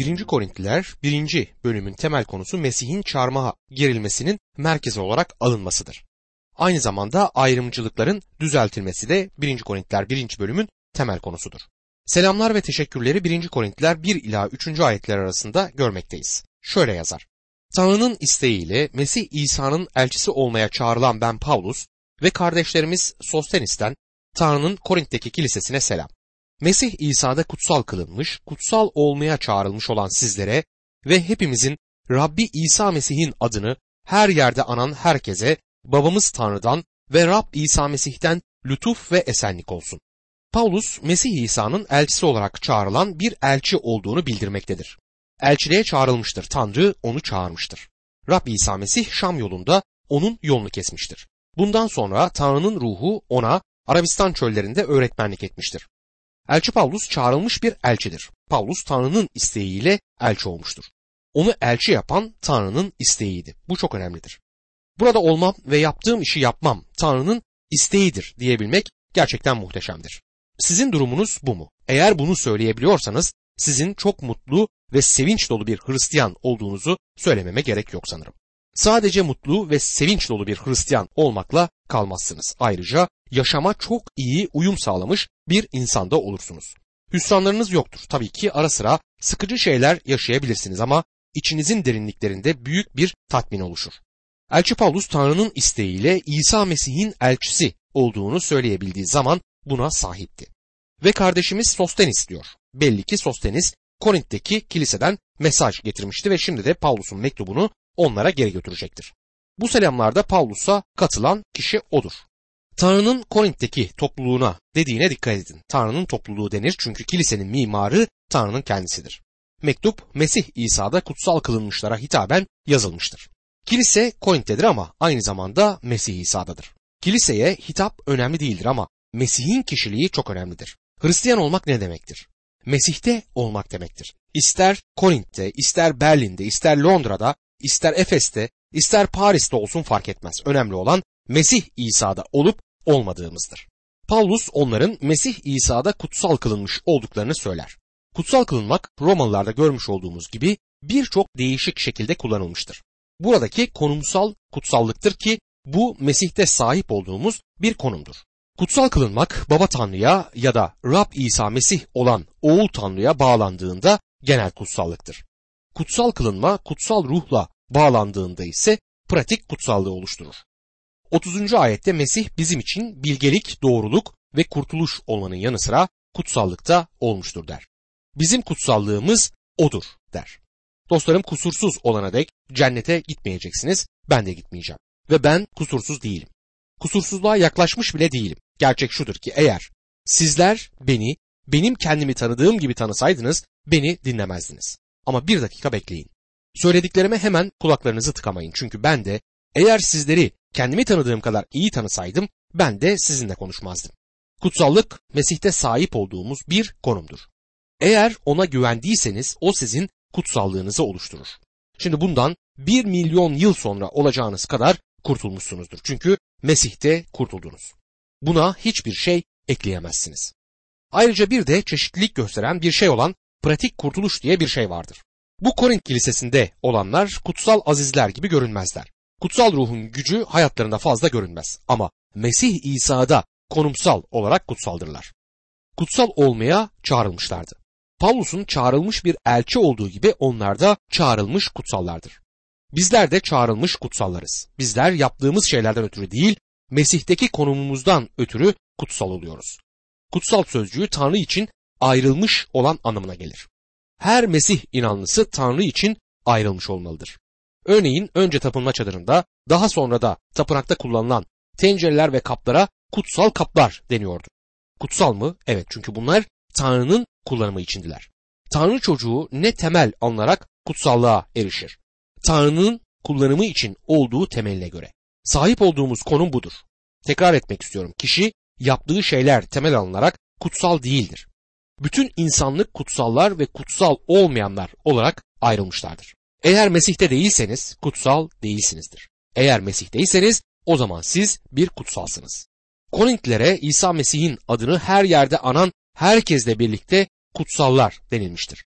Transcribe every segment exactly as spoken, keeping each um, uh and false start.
birinci Korintliler birinci bölümün temel konusu Mesih'in çarmıha gerilmesinin merkezi olarak alınmasıdır. Aynı zamanda ayrımcılıkların düzeltilmesi de birinci Korintliler birinci bölümün temel konusudur. Selamlar ve teşekkürleri birinci Korintliler bir ila üçüncü ayetler arasında görmekteyiz. Şöyle yazar: Tanrı'nın isteğiyle Mesih İsa'nın elçisi olmaya çağrılan ben Pavlus ve kardeşlerimiz Sostenis'ten Tanrı'nın Korint'teki kilisesine selam. Mesih İsa'da kutsal kılınmış, kutsal olmaya çağrılmış olan sizlere ve hepimizin Rabbi İsa Mesih'in adını her yerde anan herkese babamız Tanrı'dan ve Rab İsa Mesih'ten lütuf ve esenlik olsun. Pavlus, Mesih İsa'nın elçisi olarak çağrılan bir elçi olduğunu bildirmektedir. Elçiliğe çağrılmıştır, Tanrı onu çağırmıştır. Rab İsa Mesih Şam yolunda onun yolunu kesmiştir. Bundan sonra Tanrı'nın ruhu ona Arabistan çöllerinde öğretmenlik etmiştir. Elçi Pavlus çağrılmış bir elçidir. Pavlus Tanrı'nın isteğiyle elçi olmuştur. Onu elçi yapan Tanrı'nın isteğiydi. Bu çok önemlidir. Burada olmam ve yaptığım işi yapmam Tanrı'nın isteğidir diyebilmek gerçekten muhteşemdir. Sizin durumunuz bu mu? Eğer bunu söyleyebiliyorsanız sizin çok mutlu ve sevinç dolu bir Hristiyan olduğunuzu söylememe gerek yok sanırım. Sadece mutlu ve sevinç dolu bir Hristiyan olmakla kalmazsınız. Ayrıca yaşama çok iyi uyum sağlamış bir insanda olursunuz. Hüsranlarınız yoktur. Tabii ki ara sıra sıkıcı şeyler yaşayabilirsiniz ama içinizin derinliklerinde büyük bir tatmin oluşur. Elçi Pavlus Tanrı'nın isteğiyle İsa Mesih'in elçisi olduğunu söyleyebildiği zaman buna sahipti. Ve kardeşimiz Sostenis diyor. Belli ki Sostenis Korint'teki kiliseden mesaj getirmişti ve şimdi de Pavlus'un mektubunu onlara geri götürecektir. Bu selamlarda Pavlus'a katılan kişi odur. Tanrı'nın Korint'teki topluluğuna dediğine dikkat edin. Tanrı'nın topluluğu denir çünkü kilisenin mimarı Tanrı'nın kendisidir. Mektup Mesih İsa'da kutsal kılınmışlara hitaben yazılmıştır. Kilise Korint'tedir ama aynı zamanda Mesih İsa'dadır. Kiliseye hitap önemli değildir ama Mesih'in kişiliği çok önemlidir. Hristiyan olmak ne demektir? Mesih'te olmak demektir. İster Korint'te, ister Berlin'de, ister Londra'da, ister Efes'te, ister Paris'te olsun fark etmez. Önemli olan Mesih İsa'da olup olmadığımızdır. Pavlus onların Mesih İsa'da kutsal kılınmış olduklarını söyler. Kutsal kılınmak Romalılarda görmüş olduğumuz gibi birçok değişik şekilde kullanılmıştır. Buradaki konumsal kutsallıktır ki bu Mesih'te sahip olduğumuz bir konumdur. Kutsal kılınmak Baba Tanrı'ya ya da Rab İsa Mesih olan Oğul Tanrı'ya bağlandığında genel kutsallıktır. Kutsal kılınma kutsal ruhla bağlandığında ise pratik kutsallığı oluşturur. otuzuncu ayette Mesih bizim için bilgelik, doğruluk ve kurtuluş olmanın yanı sıra kutsallıkta olmuştur der. Bizim kutsallığımız odur der. Dostlarım, kusursuz olana dek cennete gitmeyeceksiniz, ben de gitmeyeceğim. Ve ben kusursuz değilim. Kusursuzluğa yaklaşmış bile değilim. Gerçek şudur ki eğer sizler beni, benim kendimi tanıdığım gibi tanısaydınız beni dinlemezdiniz. Ama bir dakika bekleyin. Söylediklerime hemen kulaklarınızı tıkamayın. Çünkü ben de eğer sizleri kendimi tanıdığım kadar iyi tanısaydım ben de sizinle konuşmazdım. Kutsallık Mesih'te sahip olduğumuz bir konumdur. Eğer ona güvendiyseniz o sizin kutsallığınızı oluşturur. Şimdi bundan bir milyon yıl sonra olacağınız kadar kurtulmuşsunuzdur. Çünkü Mesih'te kurtuldunuz. Buna hiçbir şey ekleyemezsiniz. Ayrıca bir de çeşitlilik gösteren bir şey olan pratik kurtuluş diye bir şey vardır. Bu Korint kilisesinde olanlar kutsal azizler gibi görünmezler. Kutsal ruhun gücü hayatlarında fazla görünmez ama Mesih İsa'da konumsal olarak kutsaldırlar. Kutsal olmaya çağrılmışlardı. Pavlus'un çağrılmış bir elçi olduğu gibi onlar da çağrılmış kutsallardır. Bizler de çağrılmış kutsallarız. Bizler yaptığımız şeylerden ötürü değil, Mesih'teki konumumuzdan ötürü kutsal oluyoruz. Kutsal sözcüğü Tanrı için ayrılmış olan anlamına gelir. Her Mesih inanlısı Tanrı için ayrılmış olmalıdır. Örneğin önce tapınma çadırında, daha sonra da tapınakta kullanılan tencereler ve kaplara kutsal kaplar deniyordu. Kutsal mı? Evet, çünkü bunlar Tanrı'nın kullanımı içindiler. Tanrı çocuğu ne temel alınarak kutsallığa erişir? Tanrı'nın kullanımı için olduğu temeline göre. Sahip olduğumuz konum budur. Tekrar etmek istiyorum. Kişi yaptığı şeyler temel alınarak kutsal değildir. Bütün insanlık kutsallar ve kutsal olmayanlar olarak ayrılmışlardır. Eğer Mesih'te değilseniz kutsal değilsinizdir. Eğer Mesih'teyseniz o zaman siz bir kutsalsınız. Korintlilere İsa Mesih'in adını her yerde anan herkesle birlikte kutsallar denilmiştir.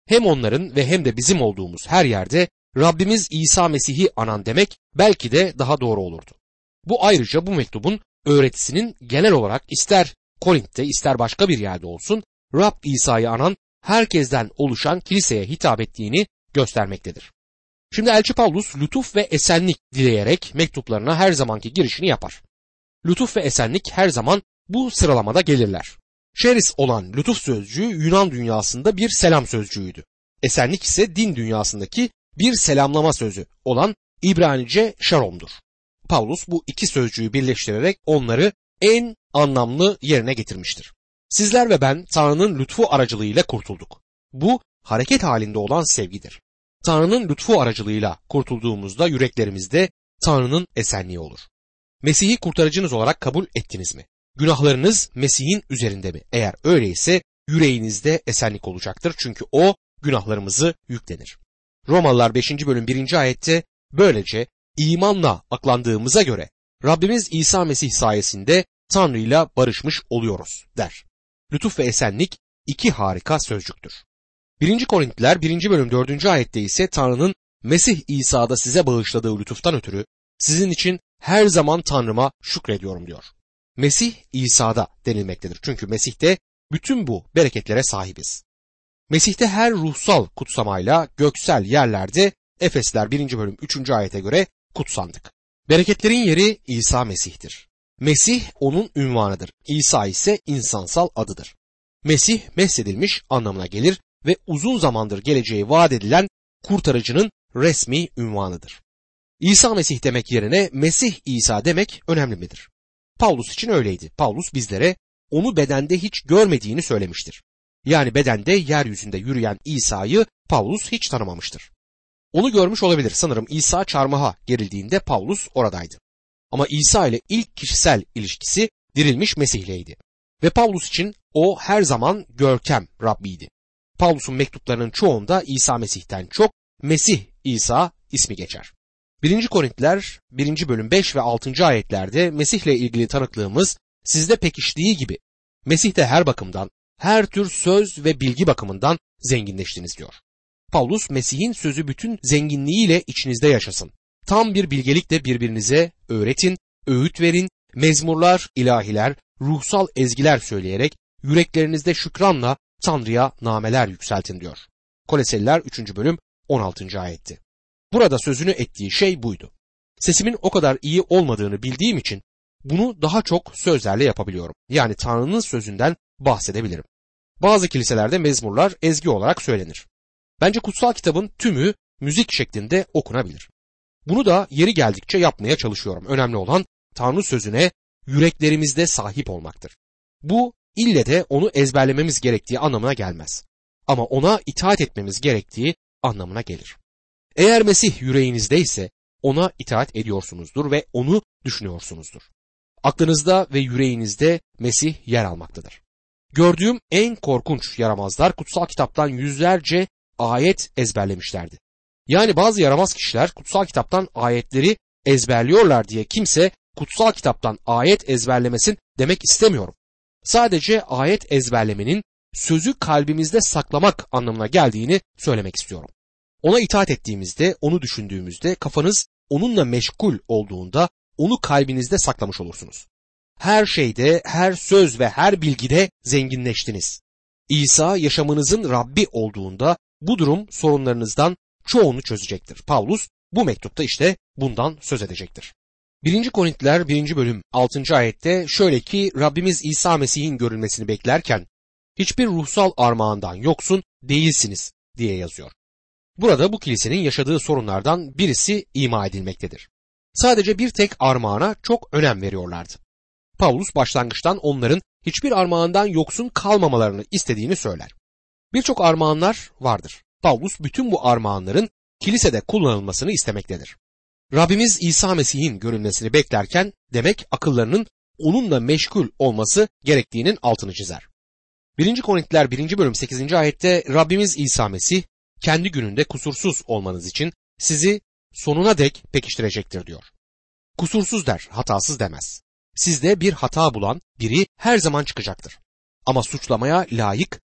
hem onların ve hem de bizim olduğumuz her yerde Rabbimiz İsa Mesih'i anan demek belki de daha doğru olurdu. Bu ayrıca bu mektubun öğretisinin genel olarak ister Korint'te ister başka bir yerde olsun Rab İsa'yı anan herkesten oluşan kiliseye hitap ettiğini göstermektedir. Şimdi Elçi Pavlus lütuf ve esenlik dileyerek mektuplarına her zamanki girişini yapar. Lütuf ve esenlik her zaman bu sıralamada gelirler. Charis olan lütuf sözcüğü Yunan dünyasında bir selam sözcüğüydü. Esenlik ise din dünyasındaki bir selamlama sözü olan İbranice şarom'dur. Pavlus bu iki sözcüğü birleştirerek onları en anlamlı yerine getirmiştir. Sizler ve ben Tanrı'nın lütfu aracılığıyla kurtulduk. Bu hareket halinde olan sevgidir. Tanrı'nın lütfu aracılığıyla kurtulduğumuzda yüreklerimizde Tanrı'nın esenliği olur. Mesih'i kurtarıcınız olarak kabul ettiniz mi? Günahlarınız Mesih'in üzerinde mi? Eğer öyleyse yüreğinizde esenlik olacaktır çünkü o günahlarımızı yüklenir. Romalılar beşinci bölüm birinci ayette böylece imanla aklandığımıza göre Rabbimiz İsa Mesih sayesinde Tanrı'yla barışmış oluyoruz der. Lütuf ve esenlik iki harika sözcüktür. birinci Korintiler birinci bölüm dördüncü ayette ise Tanrı'nın Mesih İsa'da size bağışladığı lütuftan ötürü sizin için her zaman Tanrı'ma şükrediyorum diyor. Mesih İsa'da denilmektedir. Çünkü Mesih'te bütün bu bereketlere sahibiz. Mesih'te her ruhsal kutsamayla göksel yerlerde Efesler birinci bölüm üçüncü ayete göre kutsandık. Bereketlerin yeri İsa Mesih'tir. Mesih onun ünvanıdır. İsa ise insansal adıdır. Mesih mesedilmiş anlamına gelir ve uzun zamandır geleceği vaat edilen kurtarıcının resmi ünvanıdır. İsa Mesih demek yerine Mesih İsa demek önemli midir? Pavlus için öyleydi. Pavlus bizlere onu bedende hiç görmediğini söylemiştir. Yani bedende yeryüzünde yürüyen İsa'yı Pavlus hiç tanımamıştır. Onu görmüş olabilir. Sanırım İsa çarmıha gerildiğinde Pavlus oradaydı. Ama İsa ile ilk kişisel ilişkisi dirilmiş Mesih'leydi. Ve Pavlus için o her zaman görkem Rabbiydi. Pavlus'un mektuplarının çoğunda İsa Mesih'ten çok Mesih İsa ismi geçer. birinci Korintiler birinci bölüm beş ve altıncı ayetlerde Mesih'le ilgili tanıklığımız sizde pekiştiği gibi Mesih de her bakımdan, her tür söz ve bilgi bakımından zenginleştiniz diyor. Pavlus Mesih'in sözü bütün zenginliğiyle içinizde yaşasın. Tam bir bilgelikle birbirinize öğretin, öğüt verin, mezmurlar, ilahiler, ruhsal ezgiler söyleyerek yüreklerinizde şükranla Tanrı'ya nameler yükseltin diyor. Koloseliler üçüncü bölüm on altıncı ayetti. Burada sözünü ettiği şey buydu. Sesimin o kadar iyi olmadığını bildiğim için bunu daha çok sözlerle yapabiliyorum. Yani Tanrı'nın sözünden bahsedebilirim. Bazı kiliselerde mezmurlar ezgi olarak söylenir. Bence kutsal kitabın tümü müzik şeklinde okunabilir. Bunu da yeri geldikçe yapmaya çalışıyorum. Önemli olan Tanrı sözüne yüreklerimizde sahip olmaktır. Bu ille de onu ezberlememiz gerektiği anlamına gelmez. Ama ona itaat etmemiz gerektiği anlamına gelir. Eğer Mesih yüreğinizdeyse ona itaat ediyorsunuzdur ve onu düşünüyorsunuzdur. Aklınızda ve yüreğinizde Mesih yer almaktadır. Gördüğüm en korkunç yaramazlar kutsal kitaptan yüzlerce ayet ezberlemişlerdi. Yani bazı yaramaz kişiler kutsal kitaptan ayetleri ezberliyorlar diye kimse kutsal kitaptan ayet ezberlemesin demek istemiyorum. Sadece ayet ezberlemenin sözü kalbimizde saklamak anlamına geldiğini söylemek istiyorum. Ona itaat ettiğimizde, onu düşündüğümüzde, kafanız onunla meşgul olduğunda onu kalbinizde saklamış olursunuz. Her şeyde, her söz ve her bilgide zenginleştiniz. İsa yaşamınızın Rabbi olduğunda bu durum sorunlarınızdan çoğunu çözecektir. Pavlus bu mektupta işte bundan söz edecektir. birinci Korintiler birinci bölüm altıncı ayette şöyle ki Rabbimiz İsa Mesih'in görülmesini beklerken hiçbir ruhsal armağandan yoksun değilsiniz diye yazıyor. Burada bu kilisenin yaşadığı sorunlardan birisi ima edilmektedir. Sadece bir tek armağana çok önem veriyorlardı. Pavlus başlangıçtan onların hiçbir armağandan yoksun kalmamalarını istediğini söyler. Birçok armağanlar vardır. Pavlus bütün bu armağanların kilisede kullanılmasını istemektedir. Rabbimiz İsa Mesih'in görünmesini beklerken demek akıllarının onunla meşgul olması gerektiğinin altını çizer. birinci Korintiler birinci bölüm sekizinci ayette Rabbimiz İsa Mesih kendi gününde kusursuz olmanız için sizi sonuna dek pekiştirecektir diyor. Kusursuz der, hatasız demez. Sizde bir hata bulan biri her zaman çıkacaktır. Ama suçlamaya layık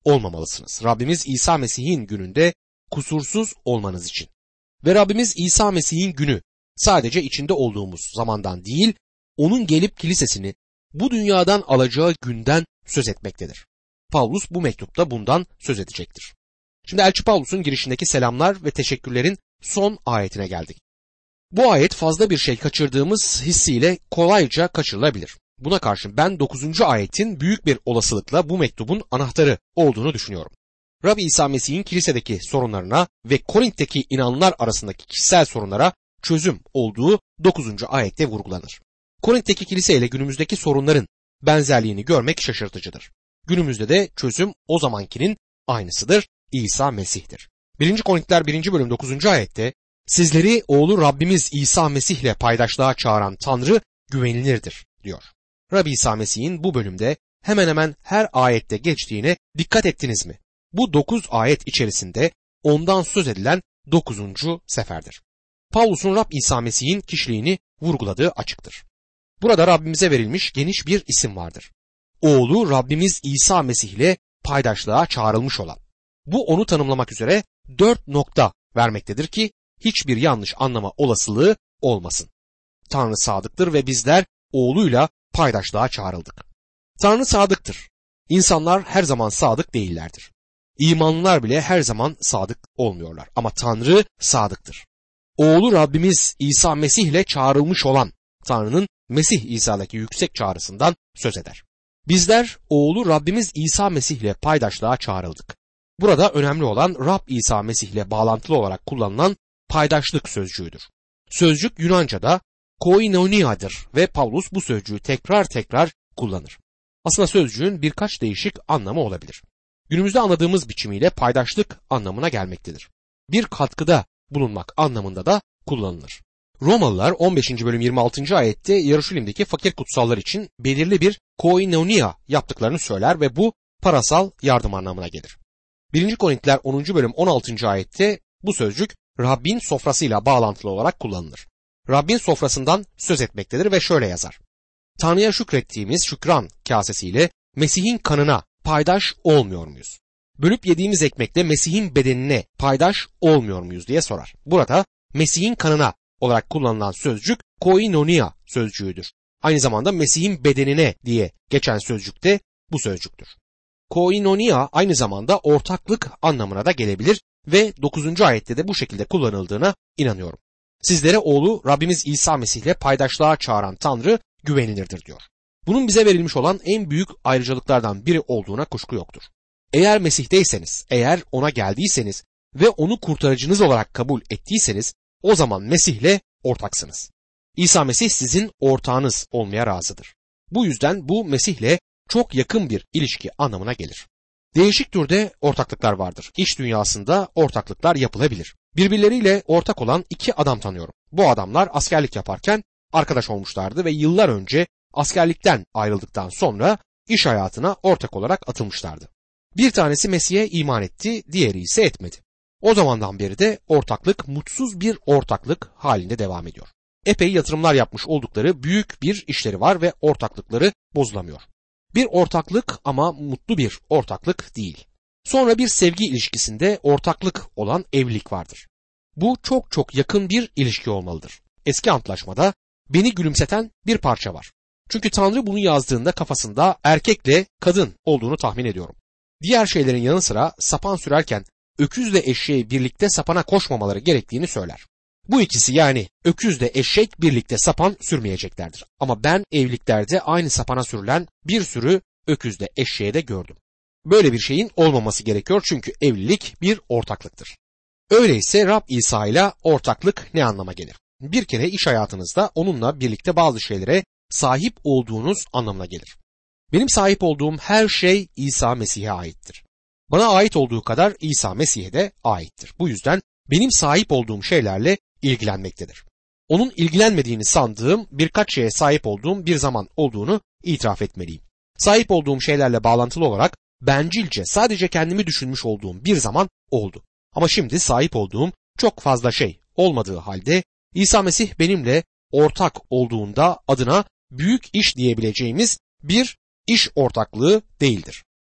olmamalısınız. Rabbimiz İsa Mesih'in gününde kusursuz olmanız için. Ve Rabbimiz İsa Mesih'in günü sadece içinde olduğumuz zamandan değil, onun gelip kilisesini bu dünyadan alacağı günden söz etmektedir. Pavlus bu mektupta bundan söz edecektir. Şimdi Elçi Pavlus'un girişindeki selamlar ve teşekkürlerin son ayetine geldik. Bu ayet fazla bir şey kaçırdığımız hissiyle kolayca kaçırılabilir. Buna karşın ben dokuzuncu ayetin büyük bir olasılıkla bu mektubun anahtarı olduğunu düşünüyorum. Rabbi İsa Mesih'in kilisedeki sorunlarına ve Korint'teki inananlar arasındaki kişisel sorunlara çözüm olduğu dokuzuncu ayette vurgulanır. Korint'teki kilise ile günümüzdeki sorunların benzerliğini görmek şaşırtıcıdır. Günümüzde de çözüm o zamankinin aynısıdır, İsa Mesih'tir. birinci Korintiler birinci bölüm dokuzuncu ayette sizleri oğlu Rabbimiz İsa Mesih'le paydaşlığa çağıran Tanrı güvenilirdir diyor. Rabbi İsa Mesih'in bu bölümde hemen hemen her ayette geçtiğine dikkat ettiniz mi? Bu dokuz ayet içerisinde ondan söz edilen dokuzuncu seferdir. Pavlus'un Rab İsa Mesih'in kişiliğini vurguladığı açıktır. Burada Rabbimize verilmiş geniş bir isim vardır. Oğlu Rabbimiz İsa Mesih'le paydaşlığa çağrılmış olan. Bu onu tanımlamak üzere dört nokta vermektedir ki hiçbir yanlış anlama olasılığı olmasın. Tanrı sadıktır ve bizler oğluyla paydaşlığa çağrıldık. Tanrı sadıktır. İnsanlar her zaman sadık değillerdir. İmanlılar bile her zaman sadık olmuyorlar ama Tanrı sadıktır. Oğlu Rabbimiz İsa Mesih ile çağrılmış olan Tanrı'nın Mesih İsa'daki yüksek çağrısından söz eder. Bizler oğlu Rabbimiz İsa Mesih ile paydaşlığa çağrıldık. Burada önemli olan Rab İsa Mesih ile bağlantılı olarak kullanılan paydaşlık sözcüğüdür. Sözcük Yunanca'da koinonia'dır ve Pavlus bu sözcüğü tekrar tekrar kullanır. Aslında sözcüğün birkaç değişik anlamı olabilir. Günümüzde anladığımız biçimiyle paydaşlık anlamına gelmektedir. Bir katkıda bulunmak anlamında da kullanılır. Romalılar on beşinci bölüm yirmi altıncı ayette Yaruşilim'deki fakir kutsallar için belirli bir koinonia yaptıklarını söyler ve bu parasal yardım anlamına gelir. birinci Korintiler onuncu bölüm on altıncı ayette bu sözcük Rabbin sofrasıyla bağlantılı olarak kullanılır. Rabbin sofrasından söz etmektedir ve şöyle yazar. Tanrı'ya şükrettiğimiz şükran kasesiyle Mesih'in kanına paydaş olmuyor muyuz? Bölüp yediğimiz ekmekle Mesih'in bedenine paydaş olmuyor muyuz diye sorar. Burada Mesih'in kanına olarak kullanılan sözcük koinonia sözcüğüdür. Aynı zamanda Mesih'in bedenine diye geçen sözcük de bu sözcüktür. Koinonia aynı zamanda ortaklık anlamına da gelebilir ve dokuzuncu ayette de bu şekilde kullanıldığına inanıyorum. Sizlere oğlu Rabbimiz İsa Mesih'le paydaşlığa çağıran Tanrı güvenilirdir diyor. Bunun bize verilmiş olan en büyük ayrıcalıklardan biri olduğuna kuşku yoktur. Eğer Mesih'teyseniz, eğer ona geldiyseniz ve onu kurtarıcınız olarak kabul ettiyseniz o zaman Mesih'le ortaksınız. İsa Mesih sizin ortağınız olmaya razıdır. Bu yüzden bu Mesih'le çok yakın bir ilişki anlamına gelir. Değişik türde ortaklıklar vardır. İş dünyasında ortaklıklar yapılabilir. Birbirleriyle ortak olan iki adam tanıyorum. Bu adamlar askerlik yaparken arkadaş olmuşlardı ve yıllar önce askerlikten ayrıldıktan sonra iş hayatına ortak olarak atılmışlardı. Bir tanesi Mesih'e iman etti, diğeri ise etmedi. O zamandan beri de ortaklık mutsuz bir ortaklık halinde devam ediyor. Epey yatırımlar yapmış oldukları büyük bir işleri var ve ortaklıkları bozulamıyor. Bir ortaklık ama mutlu bir ortaklık değil. Sonra bir sevgi ilişkisinde ortaklık olan evlilik vardır. Bu çok çok yakın bir ilişki olmalıdır. Eski antlaşmada beni gülümseten bir parça var. Çünkü Tanrı bunu yazdığında kafasında erkekle kadın olduğunu tahmin ediyorum. Diğer şeylerin yanı sıra sapan sürerken öküzle eşeği birlikte sapana koşmamaları gerektiğini söyler. Bu ikisi yani öküzle eşek birlikte sapan sürmeyeceklerdir. Ama ben evliliklerde aynı sapana sürülen bir sürü öküzle eşeğe de gördüm. Böyle bir şeyin olmaması gerekiyor çünkü evlilik bir ortaklıktır. Öyleyse Rab İsa ile ortaklık ne anlama gelir? Bir kere iş hayatınızda onunla birlikte bazı şeylere sahip olduğunuz anlamına gelir. Benim sahip olduğum her şey İsa Mesih'e aittir. Bana ait olduğu kadar İsa Mesih'e de aittir. Bu yüzden benim sahip olduğum şeylerle ilgilenmektedir. Onun ilgilenmediğini sandığım birkaç şeye sahip olduğum bir zaman olduğunu itiraf etmeliyim. Sahip olduğum şeylerle bağlantılı olarak bencilce sadece kendimi düşünmüş olduğum bir zaman oldu. Ama şimdi sahip olduğum çok fazla şey olmadığı halde İsa Mesih benimle ortak olduğunda adına büyük iş diyebileceğimiz bir iş ortaklığı değildir.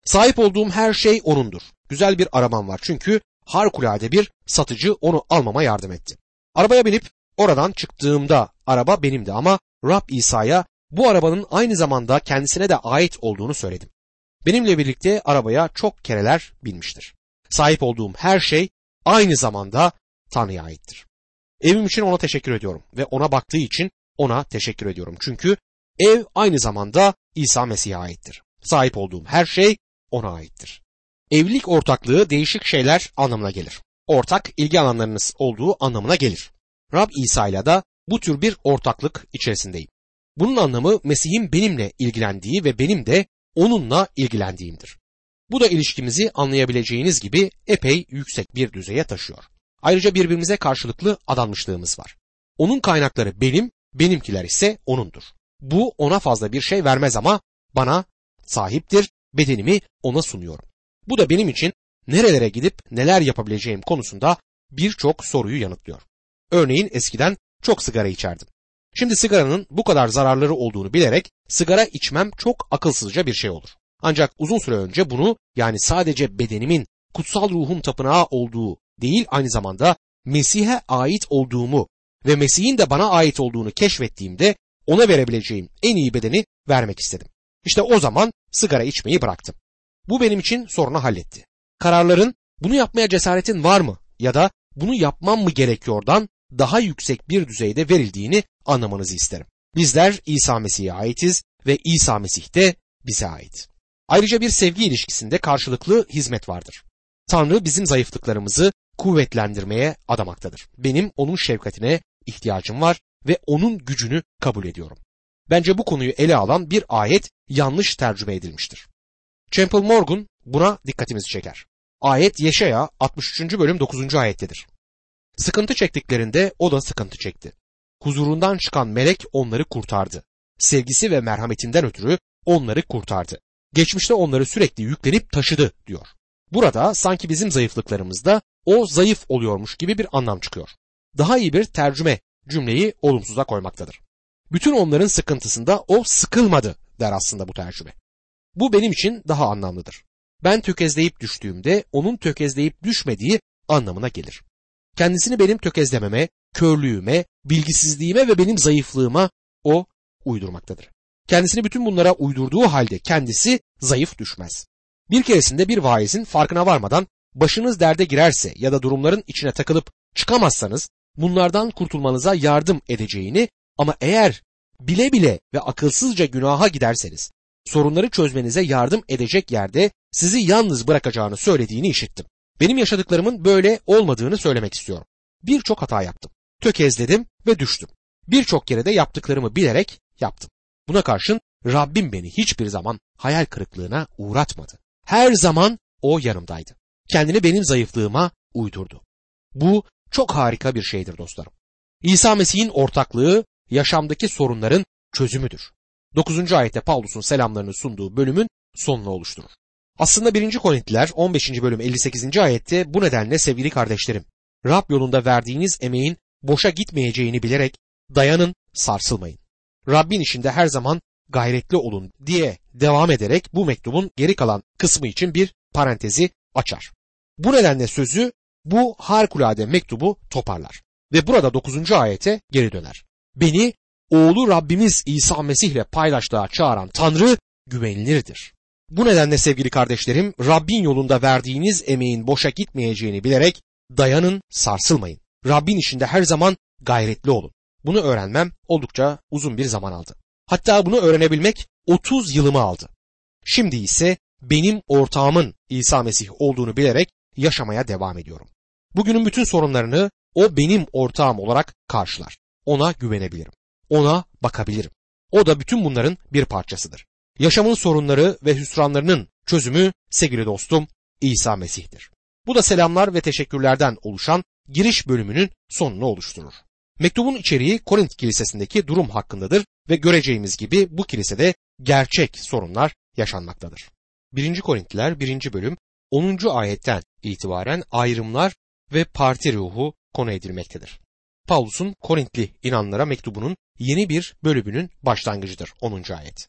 Sahip olduğum her şey O'nundur. Güzel bir arabam var çünkü harikulade bir satıcı onu almama yardım etti. Arabaya binip oradan çıktığımda araba benimdi ama Rab İsa'ya bu arabanın aynı zamanda kendisine de ait olduğunu söyledim. Benimle birlikte arabaya çok kereler binmiştir. Sahip olduğum her şey aynı zamanda Tanrı'ya aittir. Evim için ona teşekkür ediyorum ve ona baktığı için ona teşekkür ediyorum. Çünkü ev aynı zamanda İsa Mesih'e aittir. Sahip olduğum her şey ona aittir. Evlilik ortaklığı değişik şeyler anlamına gelir. Ortak ilgi alanlarınız olduğu anlamına gelir. Rab İsa ile de bu tür bir ortaklık içerisindeyim. Bunun anlamı Mesih'in benimle ilgilendiği ve benim de onunla ilgilendiğimdir. Bu da ilişkimizi anlayabileceğiniz gibi epey yüksek bir düzeye taşıyor. Ayrıca birbirimize karşılıklı adanmışlığımız var. Onun kaynakları benim, benimkiler ise O'nundur. Bu ona fazla bir şey vermez ama bana sahiptir, bedenimi ona sunuyorum. Bu da benim için nerelere gidip neler yapabileceğim konusunda birçok soruyu yanıtlıyor. Örneğin eskiden çok sigara içerdim. Şimdi sigaranın bu kadar zararları olduğunu bilerek sigara içmem çok akılsızca bir şey olur. Ancak uzun süre önce bunu, yani sadece bedenimin kutsal ruhun tapınağı olduğu değil, aynı zamanda Mesih'e ait olduğumu ve Mesih'in de bana ait olduğunu keşfettiğimde ona verebileceğim en iyi bedeni vermek istedim. İşte o zaman sigara içmeyi bıraktım. Bu benim için sorunu halletti. Kararların bunu yapmaya cesaretin var mı ya da bunu yapmam mı gerekiyordan daha yüksek bir düzeyde verildiğini anlamanızı isterim. Bizler İsa Mesih'e aitiz ve İsa Mesih de bize ait. Ayrıca bir sevgi ilişkisinde karşılıklı hizmet vardır. Tanrı bizim zayıflıklarımızı kuvvetlendirmeye adamaktadır. Benim onun şefkatine ihtiyacım var ve onun gücünü kabul ediyorum. Bence bu konuyu ele alan bir ayet yanlış tercüme edilmiştir. Campbell Morgan buna dikkatimizi çeker. Ayet Yeşaya altmış üçüncü bölüm dokuzuncu ayettedir. Sıkıntı çektiklerinde o da sıkıntı çekti. Huzurundan çıkan melek onları kurtardı. Sevgisi ve merhametinden ötürü onları kurtardı. Geçmişte onları sürekli yüklenip taşıdı diyor. Burada sanki bizim zayıflıklarımızda o zayıf oluyormuş gibi bir anlam çıkıyor. Daha iyi bir tercüme cümleyi olumsuza koymaktadır. Bütün onların sıkıntısında o sıkılmadı der aslında bu tercüme. Bu benim için daha anlamlıdır. Ben tökezleyip düştüğümde onun tökezleyip düşmediği anlamına gelir. Kendisini benim tökezlememe, körlüğüme, bilgisizliğime ve benim zayıflığıma o uydurmaktadır. Kendisini bütün bunlara uydurduğu halde kendisi zayıf düşmez. Bir keresinde bir vaizin farkına varmadan başınız derde girerse ya da durumların içine takılıp çıkamazsanız bunlardan kurtulmanıza yardım edeceğini, ama eğer bile bile ve akılsızca günaha giderseniz sorunları çözmenize yardım edecek yerde sizi yalnız bırakacağını söylediğini işittim. Benim yaşadıklarımın böyle olmadığını söylemek istiyorum. Birçok hata yaptım. Tökezledim ve düştüm. Birçok kere de yaptıklarımı bilerek yaptım. Buna karşın Rabbim beni hiçbir zaman hayal kırıklığına uğratmadı. Her zaman o yanımdaydı. Kendini benim zayıflığıma uydurdu. Bu çok harika bir şeydir dostlarım. İsa Mesih'in ortaklığı yaşamdaki sorunların çözümüdür. dokuzuncu ayette Pavlus'un selamlarını sunduğu bölümün sonunu oluşturur. Aslında birinci Korintiler on beşinci bölüm elli sekizinci ayette bu nedenle sevgili kardeşlerim, Rab yolunda verdiğiniz emeğin boşa gitmeyeceğini bilerek dayanın, sarsılmayın. Rabbin işinde her zaman gayretli olun diye devam ederek bu mektubun geri kalan kısmı için bir parantezi açar. Bu nedenle sözü bu harikulade mektubu toparlar ve burada dokuzuncu ayete geri döner. Beni oğlu Rabbimiz İsa Mesih ile paylaştığa çağıran Tanrı güvenilirdir. Bu nedenle sevgili kardeşlerim, Rabbin yolunda verdiğiniz emeğin boşa gitmeyeceğini bilerek dayanın, sarsılmayın. Rabbin işinde her zaman gayretli olun. Bunu öğrenmem oldukça uzun bir zaman aldı. Hatta bunu öğrenebilmek otuz yılımı aldı. Şimdi ise benim ortağımın İsa Mesih olduğunu bilerek yaşamaya devam ediyorum. Bugünün bütün sorunlarını o benim ortağım olarak karşılar. Ona güvenebilirim. Ona bakabilirim. O da bütün bunların bir parçasıdır. Yaşamın sorunları ve hüsranlarının çözümü sevgili dostum İsa Mesih'tir. Bu da selamlar ve teşekkürlerden oluşan giriş bölümünün sonunu oluşturur. Mektubun içeriği Korint kilisesindeki durum hakkındadır ve göreceğimiz gibi bu kilisede gerçek sorunlar yaşanmaktadır. birinci Korintliler birinci bölüm onuncu ayetten itibaren ayrımlar ve parti ruhu konu edilmektedir. Pavlus'un Korintli inanlara mektubunun yeni bir bölümünün başlangıcıdır onuncu ayet.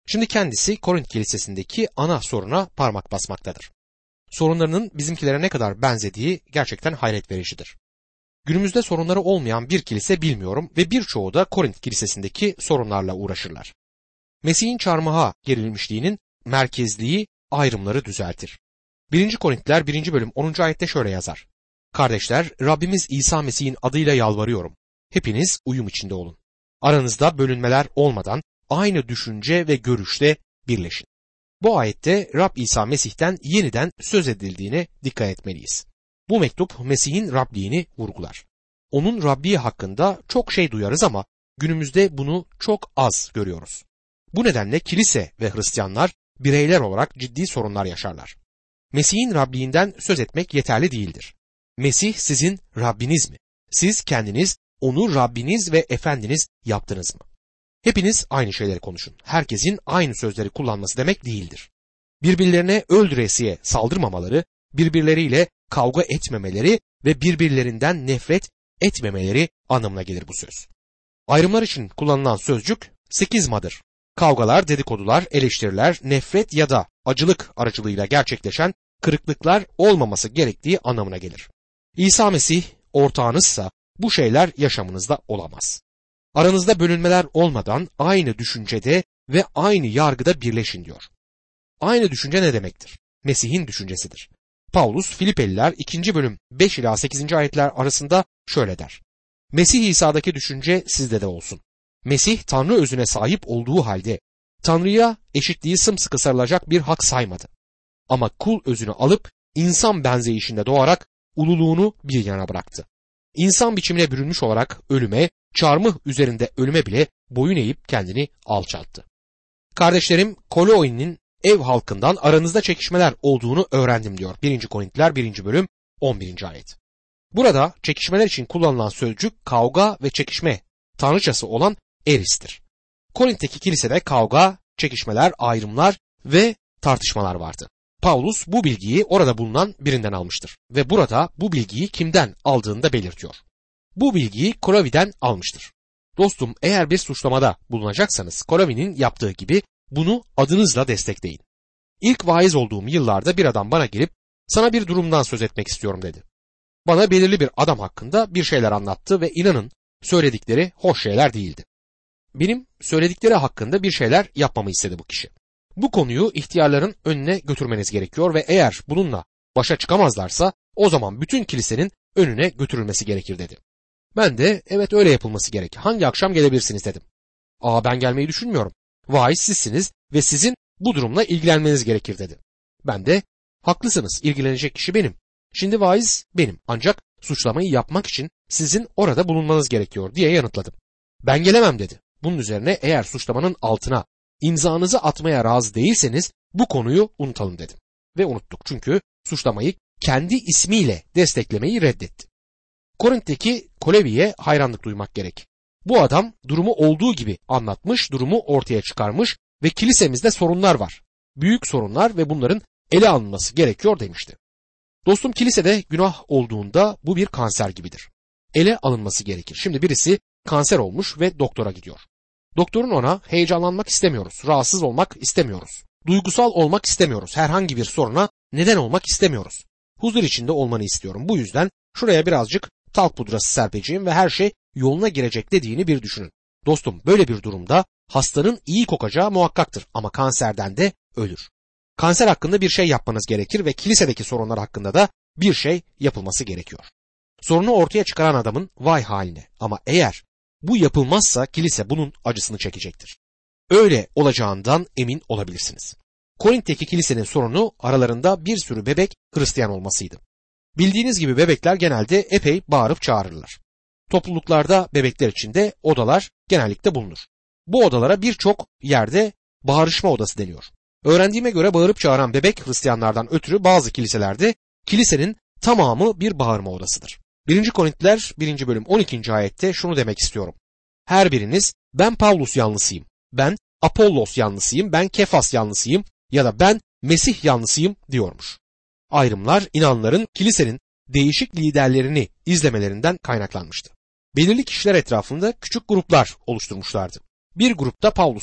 Şimdi kendisi Korint kilisesindeki ana soruna parmak basmaktadır. Sorunlarının bizimkilere ne kadar benzediği gerçekten hayret vericidir. Günümüzde sorunları olmayan bir kilise bilmiyorum ve birçoğu da Korint kilisesindeki sorunlarla uğraşırlar. Mesih'in çarmıha gerilmişliğinin merkezliği ayrımları düzeltir. birinci Korintiler birinci bölüm onuncu ayette şöyle yazar. Kardeşler, Rabbimiz İsa Mesih'in adıyla yalvarıyorum. Hepiniz uyum içinde olun. Aranızda bölünmeler olmadan aynı düşünce ve görüşte birleşin. Bu ayette Rab İsa Mesih'ten yeniden söz edildiğine dikkat etmeliyiz. Bu mektup Mesih'in Rabliğini vurgular. Onun Rabliği hakkında çok şey duyarız ama günümüzde bunu çok az görüyoruz. Bu nedenle kilise ve Hristiyanlar bireyler olarak ciddi sorunlar yaşarlar. Mesih'in Rabliğinden söz etmek yeterli değildir. Mesih sizin Rabbiniz mi? Siz kendiniz onu Rabbiniz ve Efendiniz yaptınız mı? Hepiniz aynı şeyleri konuşun. Herkesin aynı sözleri kullanması demek değildir. Birbirlerine öldüresiye saldırmamaları, birbirleriyle kavga etmemeleri ve birbirlerinden nefret etmemeleri anlamına gelir bu söz. Ayrımlar için kullanılan sözcük sekizmadır. Kavgalar, dedikodular, eleştiriler, nefret ya da acılık aracılığıyla gerçekleşen kırıklıklar olmaması gerektiği anlamına gelir. İsa Mesih ortağınızsa bu şeyler yaşamınızda olamaz. Aranızda bölünmeler olmadan aynı düşüncede ve aynı yargıda birleşin diyor. Aynı düşünce ne demektir? Mesih'in düşüncesidir. Paulus Filipeliler ikinci bölüm beş ila sekizinci ayetler arasında şöyle der. Mesih İsa'daki düşünce sizde de olsun. Mesih Tanrı özüne sahip olduğu halde Tanrı'ya eşitliği sımsıkı sarılacak bir hak saymadı. Ama kul özünü alıp insan benzeyişinde doğarak ululuğunu bir yana bıraktı. İnsan biçimine bürünmüş olarak ölüme, çarmıh üzerinde ölüme bile boyun eğip kendini alçalttı. Kardeşlerim, Koloi'nin ev halkından aranızda çekişmeler olduğunu öğrendim diyor. birinci Korintiler birinci bölüm on birinci ayet. Burada çekişmeler için kullanılan sözcük kavga ve çekişme tanrıçası olan Eris'tir. Korint'teki kilisede kavga, çekişmeler, ayrımlar ve tartışmalar vardı. Paulus bu bilgiyi orada bulunan birinden almıştır ve burada bu bilgiyi kimden aldığını da belirtiyor. Bu bilgiyi Koravi'den almıştır. Dostum, eğer bir suçlamada bulunacaksanız Koravi'nin yaptığı gibi bunu adınızla destekleyin. İlk vaiz olduğum yıllarda bir adam bana gelip sana bir durumdan söz etmek istiyorum dedi. Bana belirli bir adam hakkında bir şeyler anlattı ve inanın söyledikleri hoş şeyler değildi. Benim söyledikleri hakkında bir şeyler yapmamı istedi bu kişi. Bu konuyu ihtiyarların önüne götürmeniz gerekiyor ve eğer bununla başa çıkamazlarsa o zaman bütün kilisenin önüne götürülmesi gerekir dedi. Ben de evet öyle yapılması gerek. Hangi akşam gelebilirsiniz dedim. Aa ben gelmeyi düşünmüyorum. Vaiz sizsiniz ve sizin bu durumla ilgilenmeniz gerekir dedi. Ben de haklısınız, ilgilenecek kişi benim. Şimdi vaiz benim ancak suçlamayı yapmak için sizin orada bulunmanız gerekiyor diye yanıtladım. Ben gelemem dedi. Bunun üzerine eğer suçlamanın altına imzanızı atmaya razı değilseniz bu konuyu unutalım dedim. Ve unuttuk çünkü suçlamayı kendi ismiyle desteklemeyi reddetti. Korint'teki Kolevi'ye hayranlık duymak gerek. Bu adam durumu olduğu gibi anlatmış, durumu ortaya çıkarmış ve kilisemizde sorunlar var. Büyük sorunlar ve bunların ele alınması gerekiyor demişti. Dostum, kilisede günah olduğunda bu bir kanser gibidir. Ele alınması gerekir. Şimdi birisi kanser olmuş ve doktora gidiyor. Doktorun ona heyecanlanmak istemiyoruz, rahatsız olmak istemiyoruz, duygusal olmak istemiyoruz, herhangi bir soruna neden olmak istemiyoruz. Huzur içinde olmanı istiyorum. Bu yüzden şuraya birazcık talk pudrası serpeceğim ve her şey yoluna girecek dediğini bir düşünün. Dostum, böyle bir durumda hastanın iyi kokacağı muhakkaktır ama kanserden de ölür. Kanser hakkında bir şey yapmanız gerekir ve kilisedeki sorunlar hakkında da bir şey yapılması gerekiyor. Sorunu ortaya çıkaran adamın vay haline, ama eğer bu yapılmazsa kilise bunun acısını çekecektir. Öyle olacağından emin olabilirsiniz. Korint'teki kilisenin sorunu aralarında bir sürü bebek Hristiyan olmasıydı. Bildiğiniz gibi bebekler genelde epey bağırıp çağırırlar. Topluluklarda bebekler içinde odalar genellikle bulunur. Bu odalara birçok yerde bağırışma odası deniyor. Öğrendiğime göre bağırıp çağıran bebek Hristiyanlardan ötürü bazı kiliselerde kilisenin tamamı bir bağırma odasıdır. birinci Korintiler birinci bölüm on ikinci ayette şunu demek istiyorum. Her biriniz ben Pavlus yanlısıyım, ben Apollos yanlısıyım, ben Kefas yanlısıyım ya da ben Mesih yanlısıyım diyormuş. Ayrımlar inanların kilisenin değişik liderlerini izlemelerinden kaynaklanmıştı. Belirli kişiler etrafında küçük gruplar oluşturmuşlardı. Bir grupta Pavlus'un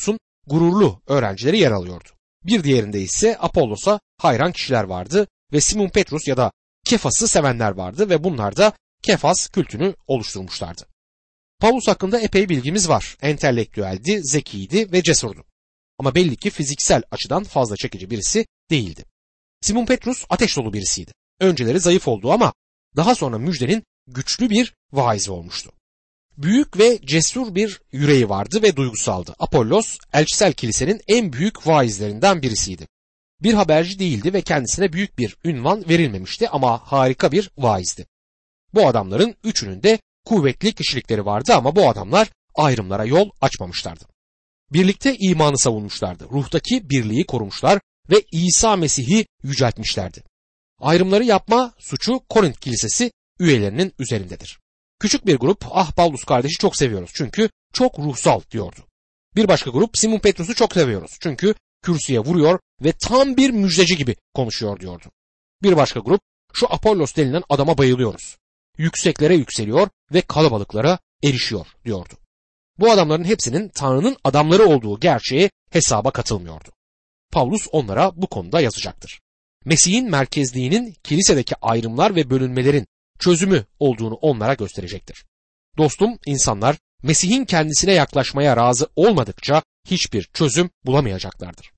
gururlu öğrencileri yer alıyordu. Bir diğerinde ise Apollos'a hayran kişiler vardı ve Simon Petrus ya da Kefas'ı sevenler vardı ve bunlar da Kefas kültünü oluşturmuşlardı. Pavlus hakkında epey bilgimiz var. Entelektüeldi, zekiydi ve cesurdu. Ama belli ki fiziksel açıdan fazla çekici birisi değildi. Simon Petrus ateş dolu birisiydi. Önceleri zayıf oldu ama daha sonra müjdenin güçlü bir vaizi olmuştu. Büyük ve cesur bir yüreği vardı ve duygusaldı. Apollos, elçisel kilisenin en büyük vaizlerinden birisiydi. Bir haberci değildi ve kendisine büyük bir ünvan verilmemişti ama harika bir vaizdi. Bu adamların üçünün de kuvvetli kişilikleri vardı ama bu adamlar ayrımlara yol açmamışlardı. Birlikte imanı savunmuşlardı. Ruhtaki birliği korumuşlar ve İsa Mesih'i yüceltmişlerdi. Ayrımları yapma suçu Korint Kilisesi üyelerinin üzerindedir. Küçük bir grup ah Pavlus kardeşi çok seviyoruz çünkü çok ruhsal diyordu. Bir başka grup Simon Petrus'u çok seviyoruz çünkü kürsüye vuruyor ve tam bir müjdeci gibi konuşuyor diyordu. Bir başka grup şu Apollos denilen adama bayılıyoruz. Yükseklere yükseliyor ve kalabalıklara erişiyor diyordu. Bu adamların hepsinin Tanrı'nın adamları olduğu gerçeği hesaba katılmıyordu. Pavlus onlara bu konuda yazacaktır. Mesih'in merkezliğinin kilisedeki ayrımlar ve bölünmelerin çözümü olduğunu onlara gösterecektir. Dostum, insanlar Mesih'in kendisine yaklaşmaya razı olmadıkça hiçbir çözüm bulamayacaklardır.